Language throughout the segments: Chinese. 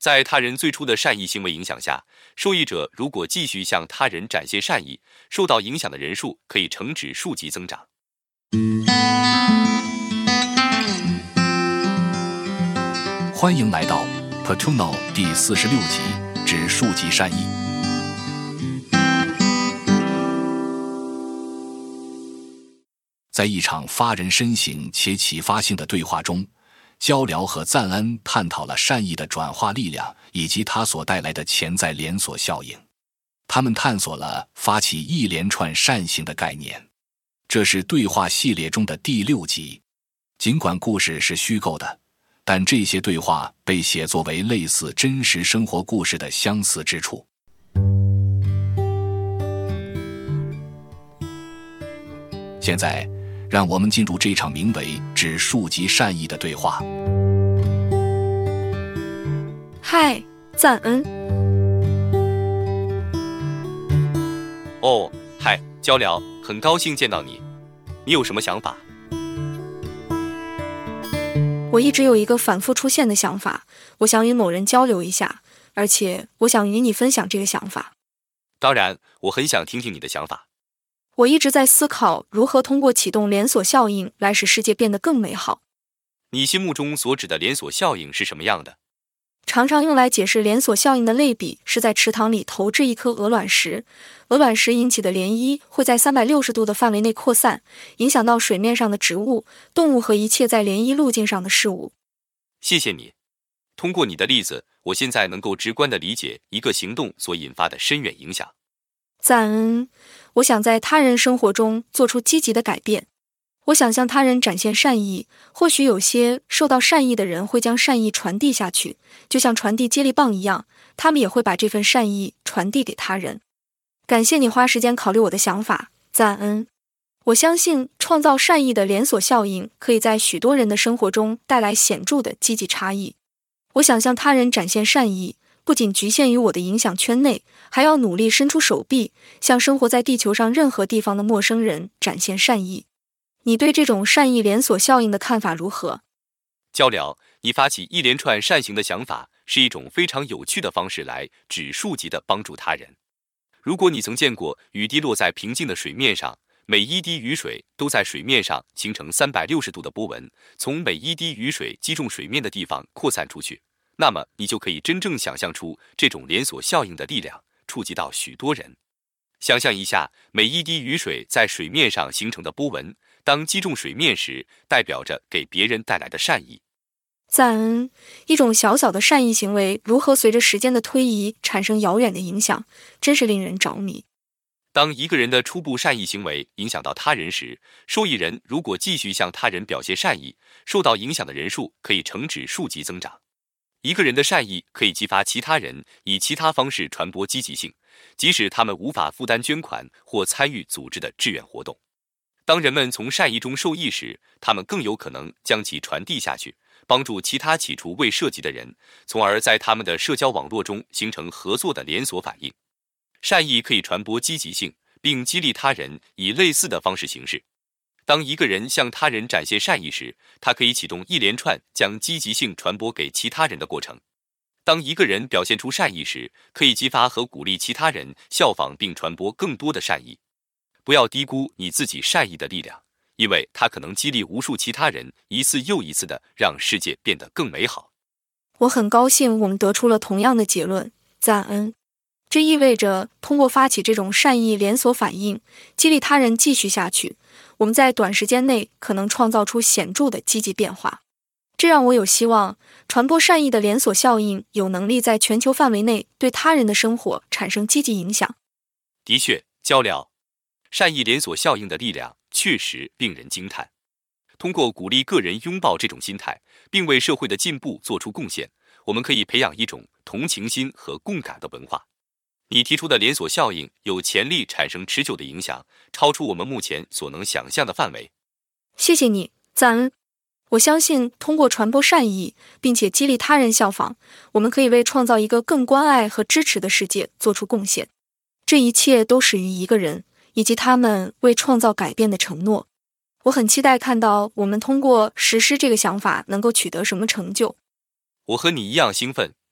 在他人最初的善意行为影响下，受益者如果继续向他人展现善意，受到影响的人数可以呈指数级增长。 欢迎来到 Patuno 第46集指数级善意。在一场发人深省且启发性的对话中，焦辽和赞恩探讨了善意的转化力量以及它所带来的潜在连锁效应。他们探索了发起一连串善行的概念。这是对话系列中的第6集。尽管故事是虚构的，但这些对话被写作为类似真实生活故事的相似之处。现在让我们进入这场名为指数级善意的对话。 嗨，赞恩。 哦，嗨，焦辽，很高兴见到你。你有什么想法？ 我一直有一个反复出现的想法，我想与某人交流一下，而且我想与你分享这个想法。 当然，我很想听听你的想法。 我一直在思考如何通过启动连锁效应来使世界变得更美好。 你心目中所指的连锁效应是什么样的？ 常常用来解释连锁效应的类比是在池塘里投掷一颗鹅卵石，鹅卵石引起的涟漪会在360度的范围内扩散，影响到水面上的植物、动物和一切在涟漪路径上的事物。 谢谢你。通过你的例子，我现在能够直观地理解一个行动所引发的深远影响。 赞恩，我想在他人生活中做出积极的改变。我想向他人展现善意，或许有些受到善意的人会将善意传递下去，就像传递接力棒一样，他们也会把这份善意传递给他人。感谢你花时间考虑我的想法，赞恩。我相信创造善意的连锁效应可以在许多人的生活中带来显著的积极差异。我想向他人展现善意，不仅局限于我的影响圈内，还要努力伸出手臂，向生活在地球上任何地方的陌生人展现善意。你对这种善意连锁效应的看法如何？ 焦辽，你发起一连串善行的想法是一种非常有趣的方式来指数级的帮助他人。如果你曾见过雨滴落在平静的水面上，每一滴雨水都在水面上形成360度的波纹，从每一滴雨水击中水面的地方扩散出去，那么你就可以真正想象出这种连锁效应的力量，触及到许多人。想象一下，每一滴雨水在水面上形成的波纹，当击中水面时，代表着给别人带来的善意。 赞恩，一种小小的善意行为如何随着时间的推移产生遥远的影响，真是令人着迷。 当一个人的初步善意行为影响到他人时，受益人如果继续向他人表现善意，受到影响的人数可以呈指数级增长。一个人的善意可以激发其他人以其他方式传播积极性，即使他们无法负担捐款或参与组织的志愿活动。当人们从善意中受益时，他们更有可能将其传递下去，帮助其他起初未涉及的人，从而在他们的社交网络中形成合作的连锁反应。善意可以传播积极性，并激励他人以类似的方式行事。当一个人向他人展现善意时，他可以启动一连串将积极性传播给其他人的过程。当一个人表现出善意时，可以激发和鼓励其他人效仿并传播更多的善意。不要低估你自己善意的力量，因为它可能激励无数其他人一次又一次地让世界变得更美好。 我很高兴我们得出了同样的结论，赞恩。这意味着通过发起这种善意连锁反应，激励他人继续下去，我们在短时间内可能创造出显著的积极变化。这让我有希望，传播善意的连锁效应有能力在全球范围内对他人的生活产生积极影响。 的确，焦辽，善意连锁效应的力量确实令人惊叹。通过鼓励个人拥抱这种心态，并为社会的进步做出贡献，我们可以培养一种同情心和共感的文化。你提出的连锁效应有潜力产生持久的影响，超出我们目前所能想象的范围。 谢谢你，赞恩。我相信通过传播善意，并且激励他人效仿，我们可以为创造一个更关爱和支持的世界做出贡献。这一切都始于一个人，以及他们为创造改变的承诺。我很期待看到我们通过实施这个想法能够取得什么成就。 我和你一样兴奋，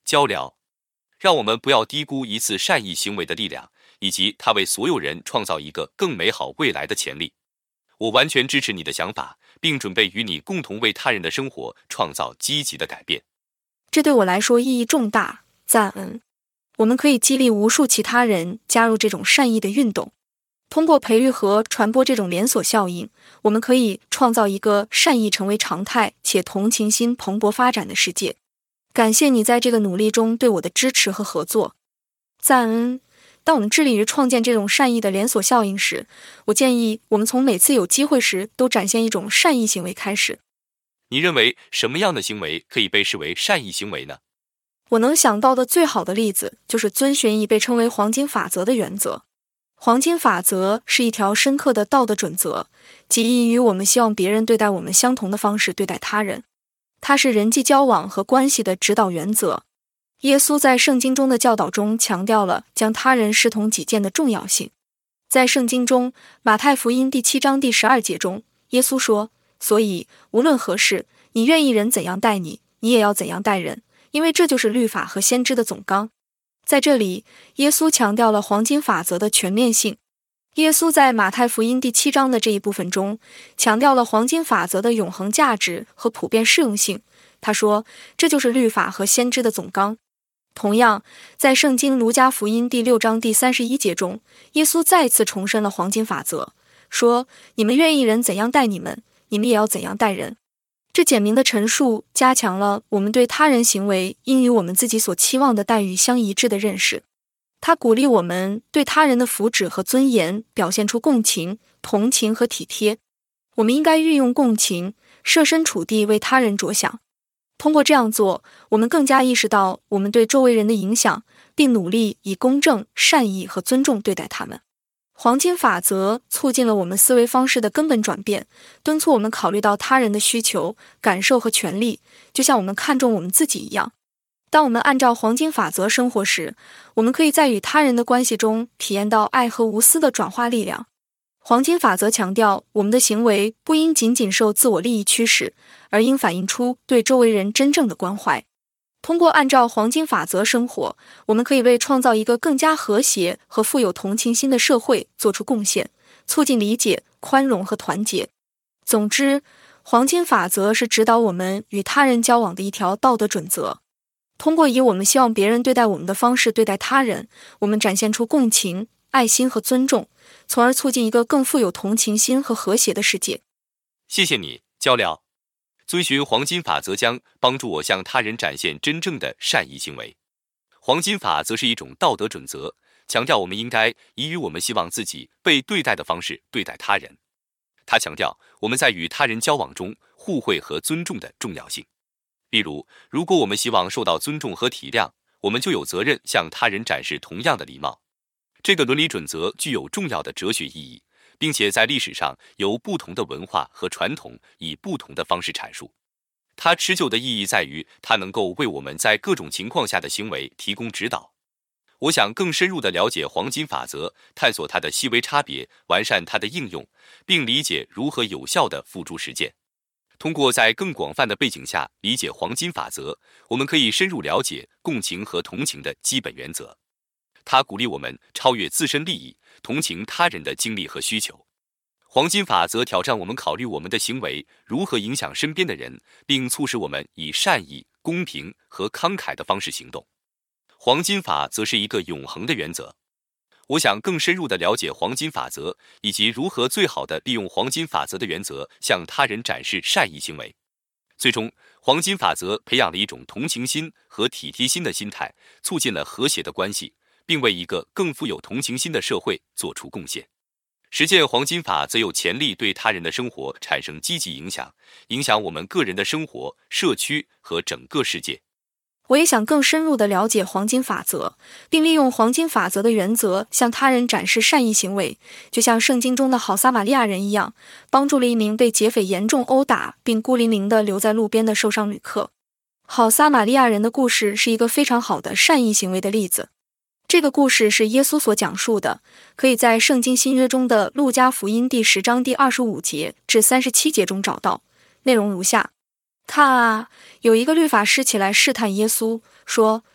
交聊。让我们不要低估一次善意行为的力量，以及它为所有人创造一个更美好未来的潜力。我完全支持你的想法，并准备与你共同为他人的生活创造积极的改变。 这对我来说意义重大，赞恩。我们可以激励无数其他人加入这种善意的运动。通过培育和传播这种连锁效应，我们可以创造一个善意成为常态且同情心蓬勃发展的世界。感谢你在这个努力中对我的支持和合作，赞恩。当我们致力于创建这种善意的连锁效应时，我建议我们从每次有机会时都展现一种善意行为开始。 你认为什么样的行为可以被视为善意行为呢？ 我能想到的最好的例子就是遵循一被称为黄金法则的原则。黄金法则是一条深刻的道德准则，即意于我们希望别人对待我们相同的方式对待他人。它是人际交往和关系的指导原则。耶稣在圣经中的教导中强调了将他人视同己见的重要性。在圣经中，马太福音第7章第12节中，耶稣说：“所以无论何事，你愿意人怎样待你，你也要怎样待人，因为这就是律法和先知的总纲。”在这里，耶稣强调了黄金法则的全面性。耶稣在马太福音第7章的这一部分中，强调了黄金法则的永恒价值和普遍适用性。他说，这就是律法和先知的总纲。同样，在圣经卢加福音第6章第31节中，耶稣再次重申了黄金法则，说：“你们愿意人怎样待你们，你们也要怎样待人。”这简明的陈述加强了我们对他人行为应与我们自己所期望的待遇相一致的认识。它鼓励我们对他人的福祉和尊严表现出共情、同情和体贴。我们应该运用共情，设身处地为他人着想。通过这样做，我们更加意识到我们对周围人的影响，并努力以公正、善意和尊重对待他们。黄金法则促进了我们思维方式的根本转变，敦促我们考虑到他人的需求、感受和权利，就像我们看重我们自己一样。当我们按照黄金法则生活时，我们可以在与他人的关系中体验到爱和无私的转化力量。黄金法则强调，我们的行为不应仅仅受自我利益驱使，而应反映出对周围人真正的关怀。通过按照黄金法则生活，我们可以为创造一个更加和谐和富有同情心的社会做出贡献，促进理解、宽容和团结。总之，黄金法则是指导我们与他人交往的一条道德准则。通过以我们希望别人对待我们的方式对待他人，我们展现出共情、爱心和尊重，从而促进一个更富有同情心和和谐的世界。 谢谢你，交聊。遵循黄金法则将帮助我向他人展现真正的善意行为。黄金法则是一种道德准则，强调我们应该以与我们希望自己被对待的方式对待他人。它强调我们在与他人交往中互惠和尊重的重要性。例如，如果我们希望受到尊重和体谅，我们就有责任向他人展示同样的礼貌。这个伦理准则具有重要的哲学意义，并且在历史上由不同的文化和传统以不同的方式阐述。它持久的意义在于，它能够为我们在各种情况下的行为提供指导。我想更深入地了解黄金法则，探索它的细微差别，完善它的应用，并理解如何有效地付诸实践。通过在更广泛的背景下理解黄金法则，我们可以深入了解共情和同情的基本原则。它鼓励我们超越自身利益，同情他人的经历和需求。黄金法则挑战我们考虑我们的行为如何影响身边的人，并促使我们以善意、公平和慷慨的方式行动。黄金法则是一个永恒的原则。我想更深入地了解黄金法则，以及如何最好地利用黄金法则的原则向他人展示善意行为。最终，黄金法则培养了一种同情心和体贴心的心态，促进了和谐的关系，并为一个更富有同情心的社会做出贡献。实践黄金法则有潜力对他人的生活产生积极影响，影响我们个人的生活、社区和整个世界。 我也想更深入地了解黄金法则，并利用黄金法则的原则向他人展示善意行为，就像圣经中的好撒玛利亚人一样，帮助了一名被劫匪严重殴打并孤零零地留在路边的受伤旅客。好撒玛利亚人的故事是一个非常好的善意行为的例子。这个故事是耶稣所讲述的，可以在圣经新约中的路加福音第10章第25节至37节中找到。内容如下：看啊，有一个律法师起来试探耶稣，说：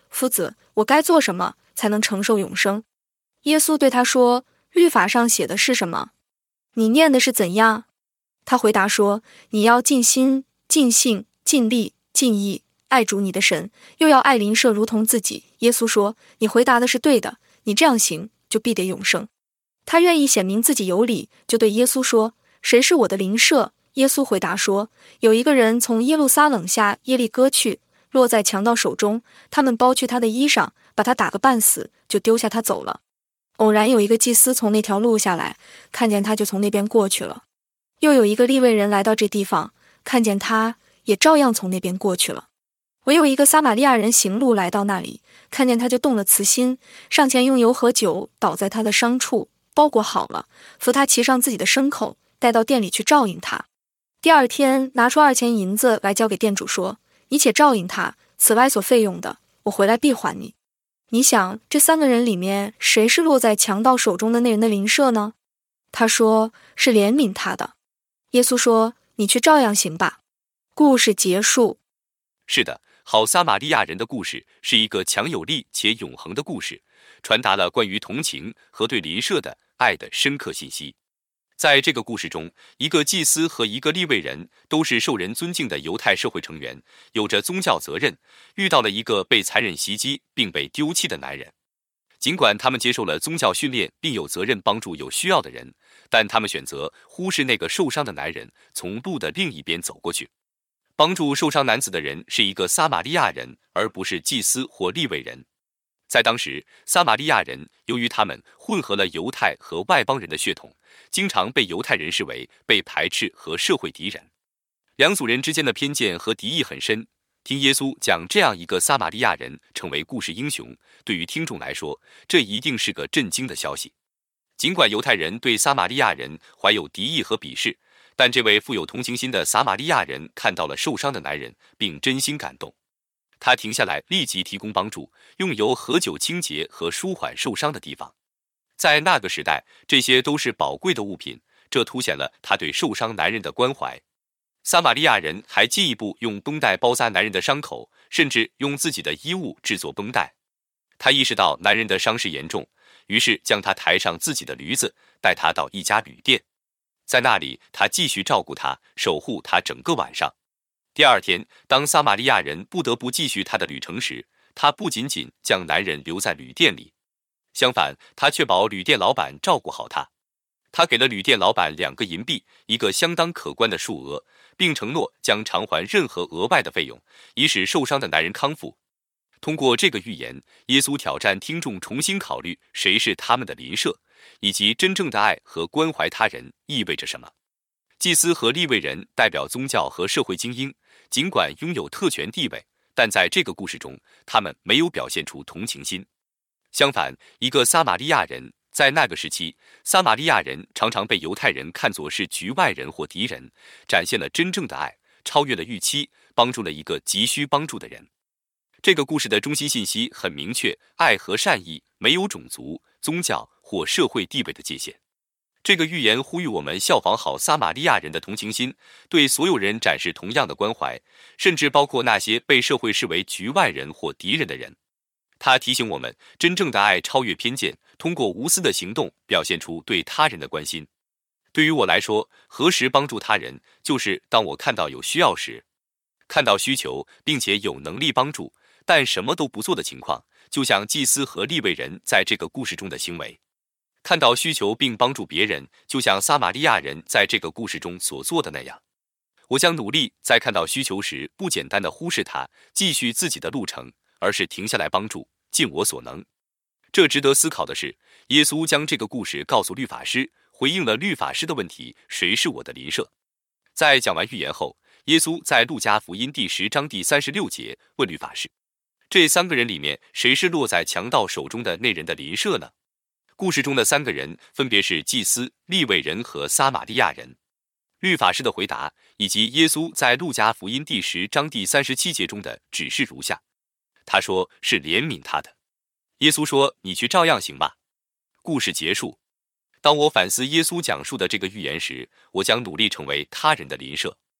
夫子，我该做什么才能承受永生？”耶稣对他说：“律法上写的是什么？你念的是怎样？”他回答说：“你要尽心、尽性、尽力、尽意爱主你的神，又要爱邻舍如同自己。”耶稣说：“你回答的是对的，你这样行，就必得永生。”他愿意显明自己有理，就对耶稣说：“谁是我的邻舍？”耶稣回答说：“有一个人从耶路撒冷下耶利哥去，落在强盗手中，他们剥去他的衣裳，把他打个半死，就丢下他走了。偶然有一个祭司从那条路下来，看见他就从那边过去了。又有一个利未人来到这地方，看见他也照样从那边过去了。唯有一个撒玛利亚人行路来到那里，看见他就动了慈心，上前用油和酒倒在他的伤处，包裹好了，扶他骑上自己的牲口，带到店里去照应他。第二天拿出2钱银子来交给店主，说：“你且照应他，此外所费用的，我回来必还你。”你想，这3个人里面，谁是落在强盗手中的那人的邻舍呢？他说：“是怜悯他的。”耶稣说：“你去照样行吧。”故事结束。 是的，好撒玛利亚人的故事是一个强有力且永恒的故事，传达了关于同情和对邻舍的爱的深刻信息。在这个故事中，一个祭司和一个利未人都是受人尊敬的犹太社会成员，有着宗教责任，遇到了一个被残忍袭击并被丢弃的男人。尽管他们接受了宗教训练并有责任帮助有需要的人，但他们选择忽视那个受伤的男人，从路的另一边走过去。帮助受伤男子的人是一个撒玛利亚人，而不是祭司或利未人。在当时，撒玛利亚人由于他们混合了犹太和外邦人的血统，经常被犹太人视为被排斥和社会敌人。两组人之间的偏见和敌意很深。听耶稣讲这样一个撒玛利亚人成为故事英雄，对于听众来说，这一定是个震惊的消息。尽管犹太人对撒玛利亚人怀有敌意和鄙视，但这位富有同情心的撒玛利亚人看到了受伤的男人，并真心感动。他停下来，立即提供帮助，用油和酒清洁和舒缓受伤的地方。在那个时代，这些都是宝贵的物品，这凸显了他对受伤男人的关怀。撒玛利亚人还进一步用绷带包扎男人的伤口，甚至用自己的衣物制作绷带。他意识到男人的伤势严重，于是将他抬上自己的驴子，带他到一家旅店。在那里，他继续照顾他，守护他整个晚上。第二天，当撒玛利亚人不得不继续他的旅程时，他不仅仅将男人留在旅店里，相反，他确保旅店老板照顾好他。他给了旅店老板2个银币，一个相当可观的数额，并承诺将偿还任何额外的费用，以使受伤的男人康复。通过这个预言，耶稣挑战听众重新考虑谁是他们的邻舍，以及真正的爱和关怀他人意味着什么。祭司和利未人代表宗教和社会精英，尽管拥有特权地位，但在这个故事中，他们没有表现出同情心。相反，一个撒玛利亚人，在那个时期，撒玛利亚人常常被犹太人看作是局外人或敌人，展现了真正的爱，超越了预期，帮助了一个急需帮助的人。这个故事的中心信息很明确，爱和善意没有种族、宗教或社会地位的界限。这个预言呼吁我们效仿好撒玛利亚人的同情心，对所有人展示同样的关怀，甚至包括那些被社会视为局外人或敌人的人。他提醒我们，真正的爱超越偏见，通过无私的行动表现出对他人的关心。对于我来说，何时帮助他人，就是当我看到有需要时，看到需求并且有能力帮助，但什么都不做的情况，就像祭司和利未人在这个故事中的行为。看到需求并帮助别人，就像撒玛利亚人在这个故事中所做的那样。我将努力在看到需求时，不简单地忽视它，继续自己的路程，而是停下来帮助，尽我所能。这值得思考的是，耶稣将这个故事告诉律法师，回应了律法师的问题：谁是我的邻舍？在讲完预言后，耶稣在路加福音第10章第36节问律法师：这3个人里面，谁是落在强盗手中的那人的邻舍呢？故事中的3个人分别是祭司、利未人和撒玛利亚人。律法师的回答以及耶稣在路加福音第10章第37节中的指示如下：他说是怜悯他的。耶稣说：你去照样行吧。故事结束。当我反思耶稣讲述的这个预言时，我将努力成为他人的邻舍。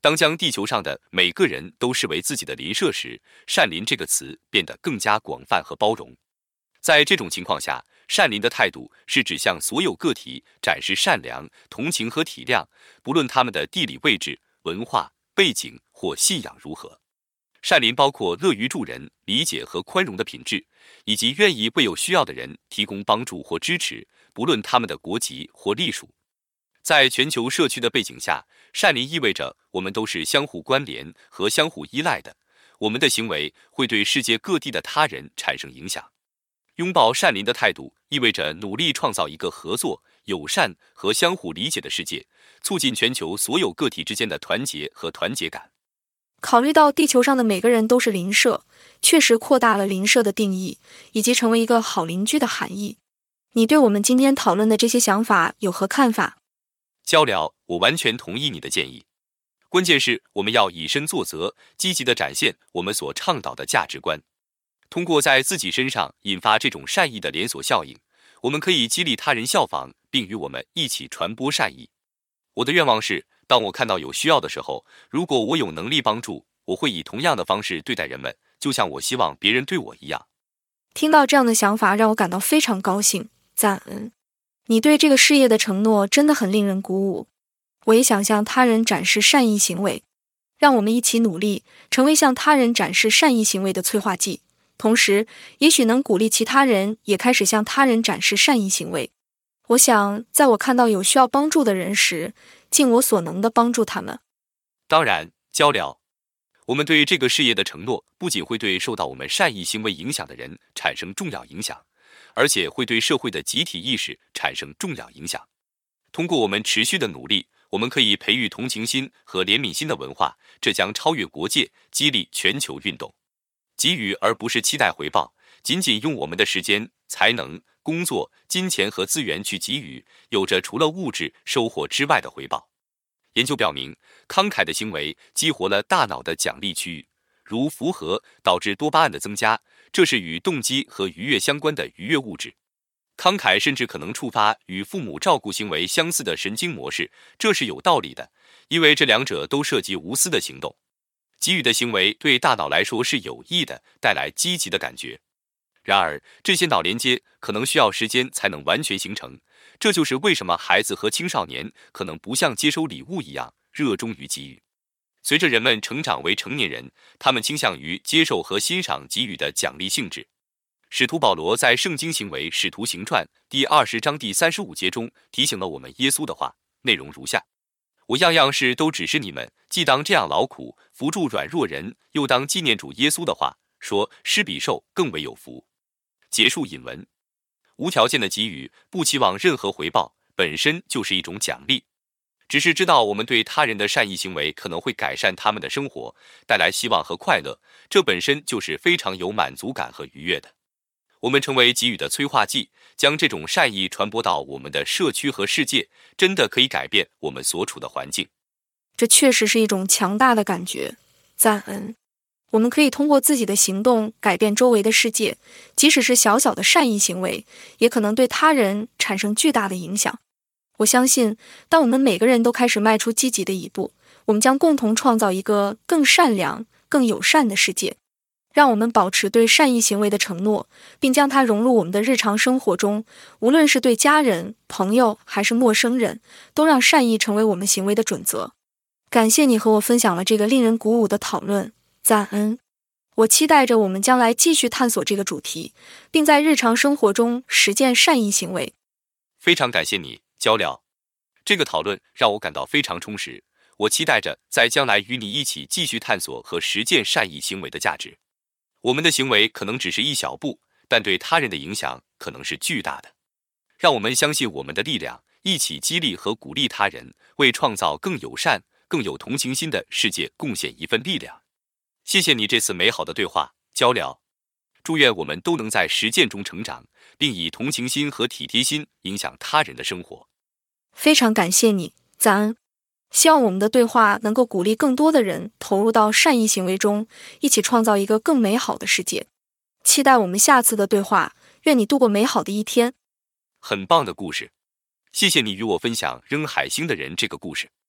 当将地球上的每个人都视为自己的邻舍时，善邻这个词变得更加广泛和包容。在这种情况下，善邻的态度是指向所有个体展示善良、同情和体谅，不论他们的地理位置、文化背景或信仰如何。善邻包括乐于助人、理解和宽容的品质，以及愿意为有需要的人提供帮助或支持，不论他们的国籍或隶属。在全球社区的背景下，善邻意味着我们都是相互关联和相互依赖的，我们的行为会对世界各地的他人产生影响。拥抱善邻的态度意味着努力创造一个合作、友善和相互理解的世界，促进全球所有个体之间的团结和团结感。 考虑到地球上的每个人都是邻舍，确实扩大了邻舍的定义，以及成为一个好邻居的含义。你对我们今天讨论的这些想法有何看法？ 交聊，我完全同意你的建议。关键是我们要以身作则，积极地展现我们所倡导的价值观。通过在自己身上引发这种善意的连锁效应，我们可以激励他人效仿，并与我们一起传播善意。我的愿望是，当我看到有需要的时候，如果我有能力帮助，我会以同样的方式对待人们，就像我希望别人对我一样。 听到这样的想法，让我感到非常高兴，赞恩。你对这个事业的承诺真的很令人鼓舞。我也想向他人展示善意行为，让我们一起努力，成为向他人展示善意行为的催化剂。同时，也许能鼓励其他人也开始向他人展示善意行为。我想，在我看到有需要帮助的人时，尽我所能地帮助他们。 当然，交流，我们对这个事业的承诺不仅会对受到我们善意行为影响的人产生重要影响，而且会对社会的集体意识产生重要影响。通过我们持续的努力，我们可以培育同情心和怜悯心的文化，这将超越国界，激励全球运动。给予而不是期待回报，仅仅用我们的时间、才能、工作、金钱和资源去给予，有着除了物质收获之外的回报。研究表明，慷慨的行为激活了大脑的奖励区域，如符合导致多巴胺的增加，这是与动机和愉悦相关的愉悦物质。慷慨甚至可能触发与父母照顾行为相似的神经模式，这是有道理的，因为这两者都涉及无私的行动。给予的行为对大脑来说是有益的，带来积极的感觉。然而，这些脑连接可能需要时间才能完全形成，这就是为什么孩子和青少年可能不像接收礼物一样热衷于给予。随着人们成长为成年人，他们倾向于接受和欣赏给予的奖励性质。使徒保罗在《圣经行为使徒行传》第20章第35节中提醒了我们耶稣的话，内容如下：我样样事都指示你们，既当这样劳苦，扶助软弱人，又当纪念主耶稣的话，说施比受更为有福。结束引文。无条件的给予，不期望任何回报，本身就是一种奖励。只是知道我们对他人的善意行为可能会改善他们的生活，带来希望和快乐，这本身就是非常有满足感和愉悦的。我们成为给予的催化剂，将这种善意传播到我们的社区和世界，真的可以改变我们所处的环境。 这确实是一种强大的感觉，赞恩。我们可以通过自己的行动改变周围的世界，即使是小小的善意行为，也可能对他人产生巨大的影响。我相信，当我们每个人都开始迈出积极的一步，我们将共同创造一个更善良、更友善的世界。让我们保持对善意行为的承诺，并将它融入我们的日常生活中，无论是对家人、朋友还是陌生人，都让善意成为我们行为的准则。感谢你和我分享了这个令人鼓舞的讨论，赞恩。我期待着我们将来继续探索这个主题，并在日常生活中实践善意行为。 非常感谢你，交流。这个讨论让我感到非常充实，我期待着在将来与你一起继续探索和实践善意行为的价值。我们的行为可能只是一小步，但对他人的影响可能是巨大的。让我们相信我们的力量，一起激励和鼓励他人，为创造更友善、更有同情心的世界贡献一份力量。谢谢你这次美好的对话交流。祝愿我们都能在实践中成长，并以同情心和体贴心影响他人的生活。 非常感谢你，赞恩。希望我们的对话能够鼓励更多的人投入到善意行为中，一起创造一个更美好的世界。期待我们下次的对话，愿你度过美好的一天。 很棒的故事，谢谢你与我分享扔海星的人这个故事。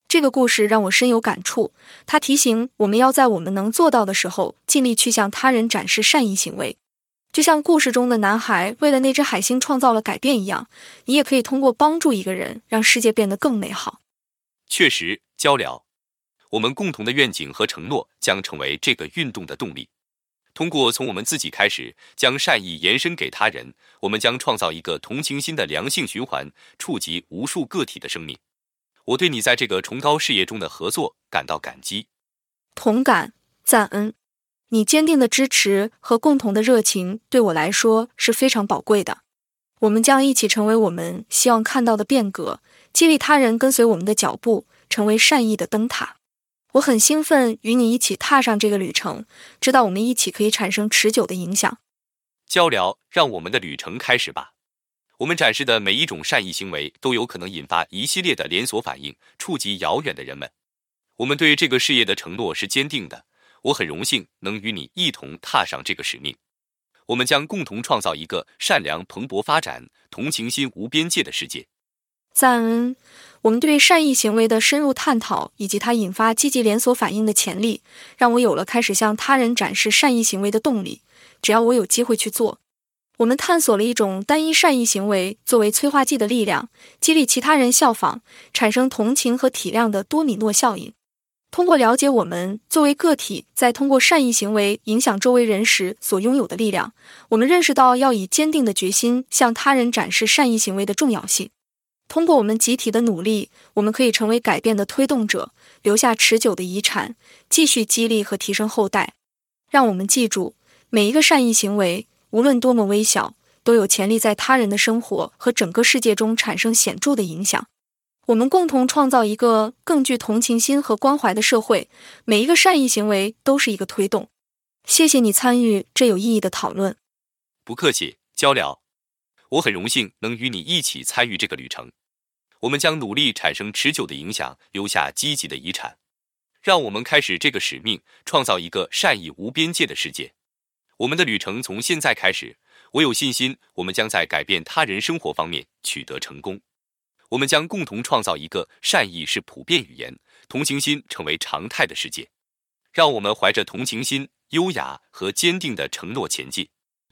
这个故事让我深有感触，它提醒我们要在我们能做到的时候，尽力去向他人展示善意行为。就像故事中的男孩为了那只海星创造了改变一样，你也可以通过帮助一个人，让世界变得更美好。 确实，交流，我们共同的愿景和承诺将成为这个运动的动力。通过从我们自己开始，将善意延伸给他人，我们将创造一个同情心的良性循环，触及无数个体的生命。我对你在这个崇高事业中的合作感到感激。 同感，赞恩。你坚定的支持和共同的热情对我来说是非常宝贵的。我们将一起成为我们希望看到的变革，激励他人跟随我们的脚步，成为善意的灯塔。我很兴奋与你一起踏上这个旅程，知道我们一起可以产生持久的影响。 交流，让我们的旅程开始吧。我们展示的每一种善意行为都有可能引发一系列的连锁反应，触及遥远的人们。我们对这个事业的承诺是坚定的。我很荣幸能与你一同踏上这个使命。我们将共同创造一个善良蓬勃发展、同情心无边界的世界。 赞恩，我们对善意行为的深入探讨以及它引发积极连锁反应的潜力，让我有了开始向他人展示善意行为的动力。只要我有机会去做。我们探索了一种单一善意行为作为催化剂的力量，激励其他人效仿，产生同情和体谅的多米诺效应。通过了解我们作为个体在通过善意行为影响周围人时所拥有的力量，我们认识到要以坚定的决心向他人展示善意行为的重要性。通过我们集体的努力，我们可以成为改变的推动者，留下持久的遗产，继续激励和提升后代。让我们记住，每一个善意行为，无论多么微小，都有潜力在他人的生活和整个世界中产生显著的影响。我们共同创造一个更具同情心和关怀的社会，每一个善意行为都是一个推动。谢谢你参与这有意义的讨论。 不客气，交流。我很荣幸能与你一起参与这个旅程。我们将努力产生持久的影响，留下积极的遗产。让我们开始这个使命，创造一个善意无边界的世界。我们的旅程从现在开始，我有信心我们将在改变他人生活方面取得成功。我们将共同创造一个善意是普遍语言、同情心成为常态的世界。让我们怀着同情心、优雅和坚定的承诺前进。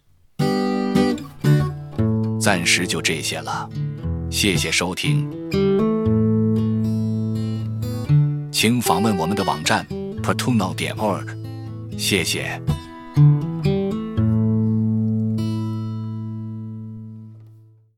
暂时就这些了，谢谢收听。请访问我们的网站 portuno.org。谢谢。